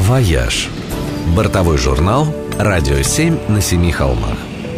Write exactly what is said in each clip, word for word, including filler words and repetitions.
«Вояж». Бортовой журнал «Радио семь» на семи холмах.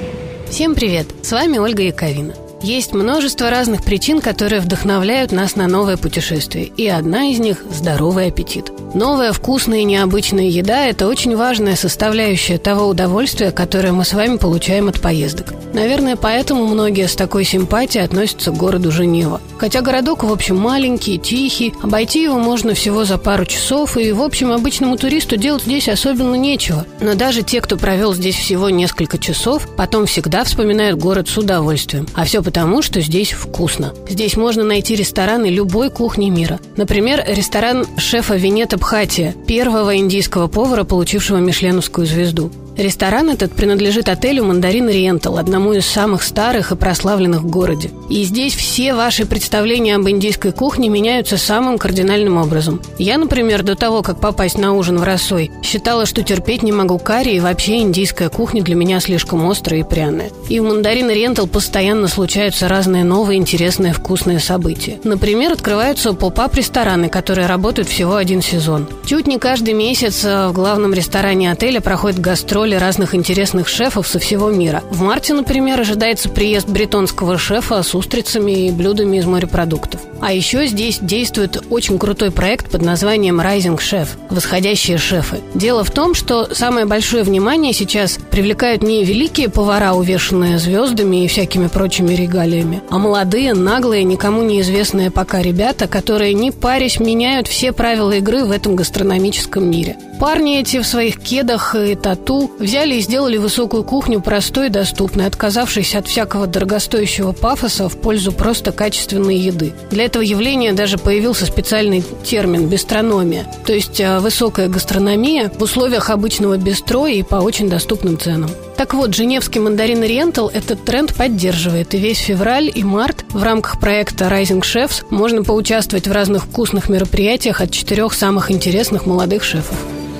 Всем привет! С вами Ольга Яковина. Есть множество разных причин, которые вдохновляют нас на новое путешествие. И одна из них – здоровый аппетит. Новая, вкусная и необычная еда – это очень важная составляющая того удовольствия, которое мы с вами получаем от поездок. Наверное, поэтому многие с такой симпатией относятся к городу Женева. Хотя городок, в общем, маленький, тихий, обойти его можно всего за пару часов, и, в общем, обычному туристу делать здесь особенно нечего. Но даже те, кто провел здесь всего несколько часов, потом всегда вспоминают город с удовольствием. А все потому, что здесь вкусно. Здесь можно найти рестораны любой кухни мира. Например, ресторан шефа Винета Бхатия, первого индийского повара, получившего мишленовскую звезду. Ресторан этот принадлежит отелю «Мандарин Ориентал», одному из самых старых и прославленных в городе. И здесь все ваши представления об индийской кухне меняются самым кардинальным образом. Я, например, до того, как попасть на ужин в Россой, считала, что терпеть не могу карри, и вообще индийская кухня для меня слишком острая и пряная. И в «Мандарин Ориентал» постоянно случаются разные новые, интересные, вкусные события. Например, открываются поп-ап-рестораны, которые работают всего один сезон. Чуть не каждый месяц в главном ресторане отеля проходит гастроль разных интересных шефов со всего мира. В марте, например, ожидается приезд бретонского шефа с устрицами и блюдами из морепродуктов. А еще здесь действует очень крутой проект под названием Rising Chef – «Восходящие шефы». Дело в том, что самое большое внимание сейчас привлекают не великие повара, увешанные звездами и всякими прочими регалиями, а молодые, наглые, никому неизвестные пока ребята, которые, не парясь, меняют все правила игры в этом гастрономическом мире. Парни эти в своих кедах и тату взяли и сделали высокую кухню простой и доступной, отказавшись от всякого дорогостоящего пафоса в пользу просто качественной еды. Для этого явления даже появился специальный термин «бистрономия», то есть высокая гастрономия в условиях обычного бистро и по очень доступным ценам. Так вот, женевский «Мандарин Ориентал» этот тренд поддерживает, и весь февраль и март в рамках проекта Rising Chefs можно поучаствовать в разных вкусных мероприятиях от четырех самых интересных молодых шефов.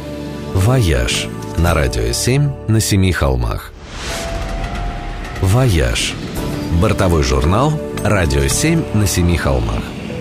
«Вояж» на Радио семь на семи холмах. «Вояж». Бортовой журнал «Радио семь» на семи холмах.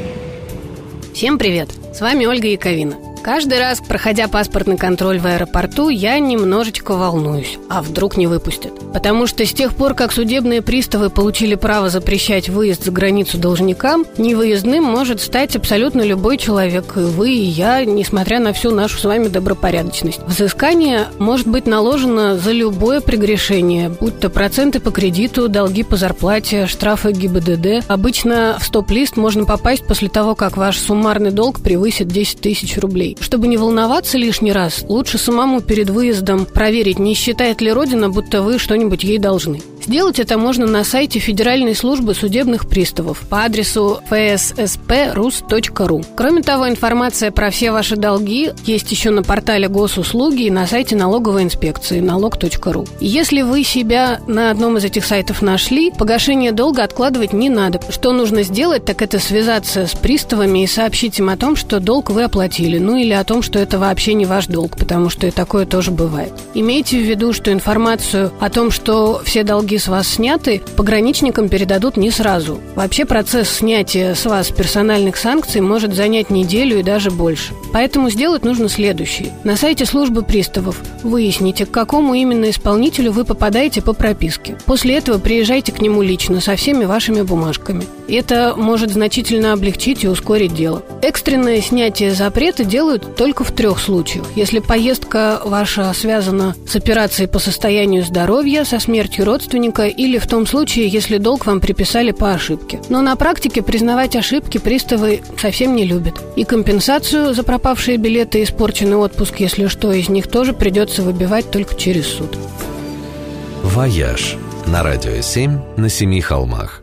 Всем привет! С вами Ольга Яковина. Каждый раз, проходя паспортный контроль в аэропорту, я немножечко волнуюсь. А вдруг не выпустят? Потому что с тех пор, как судебные приставы получили право запрещать выезд за границу должникам, невыездным может стать абсолютно любой человек. И вы, и я, несмотря на всю нашу с вами добропорядочность. Взыскание может быть наложено за любое прегрешение, будь то проценты по кредиту, долги по зарплате, штрафы ГИБДД. Обычно в стоп-лист можно попасть после того, как ваш суммарный долг превысит десять тысяч рублей. Чтобы не волноваться лишний раз, лучше самому перед выездом проверить, не считает ли Родина, будто вы что-нибудь ей должны. Сделать это можно на сайте Федеральной службы судебных приставов по адресу эф эс эс пэ рус точка ру. Кроме того, информация про все ваши долги есть еще на портале Госуслуги и на сайте налоговой инспекции налог точка ру. Если вы себя на одном из этих сайтов нашли, погашение долга откладывать не надо. Что нужно сделать, так это связаться с приставами и сообщить им о том, что долг вы оплатили, ну или о том, что это вообще не ваш долг, потому что и такое тоже бывает. Имейте в виду, что информацию о том, что все долги с вас сняты, пограничникам передадут не сразу. Вообще процесс снятия с вас персональных санкций может занять неделю и даже больше. Поэтому сделать нужно следующее. На сайте службы приставов выясните, к какому именно исполнителю вы попадаете по прописке. После этого приезжайте к нему лично со всеми вашими бумажками. Это может значительно облегчить и ускорить дело. Экстренное снятие запрета делают только в трех случаях. Если поездка ваша связана с операцией по состоянию здоровья, со смертью родственника, или в том случае, если долг вам приписали по ошибке. Но на практике признавать ошибки приставы совсем не любят. И компенсацию за пропавшие билеты и испорченный отпуск, если что, из них тоже придется выбивать только через суд. «Вояж» на Радио семь на семи холмах.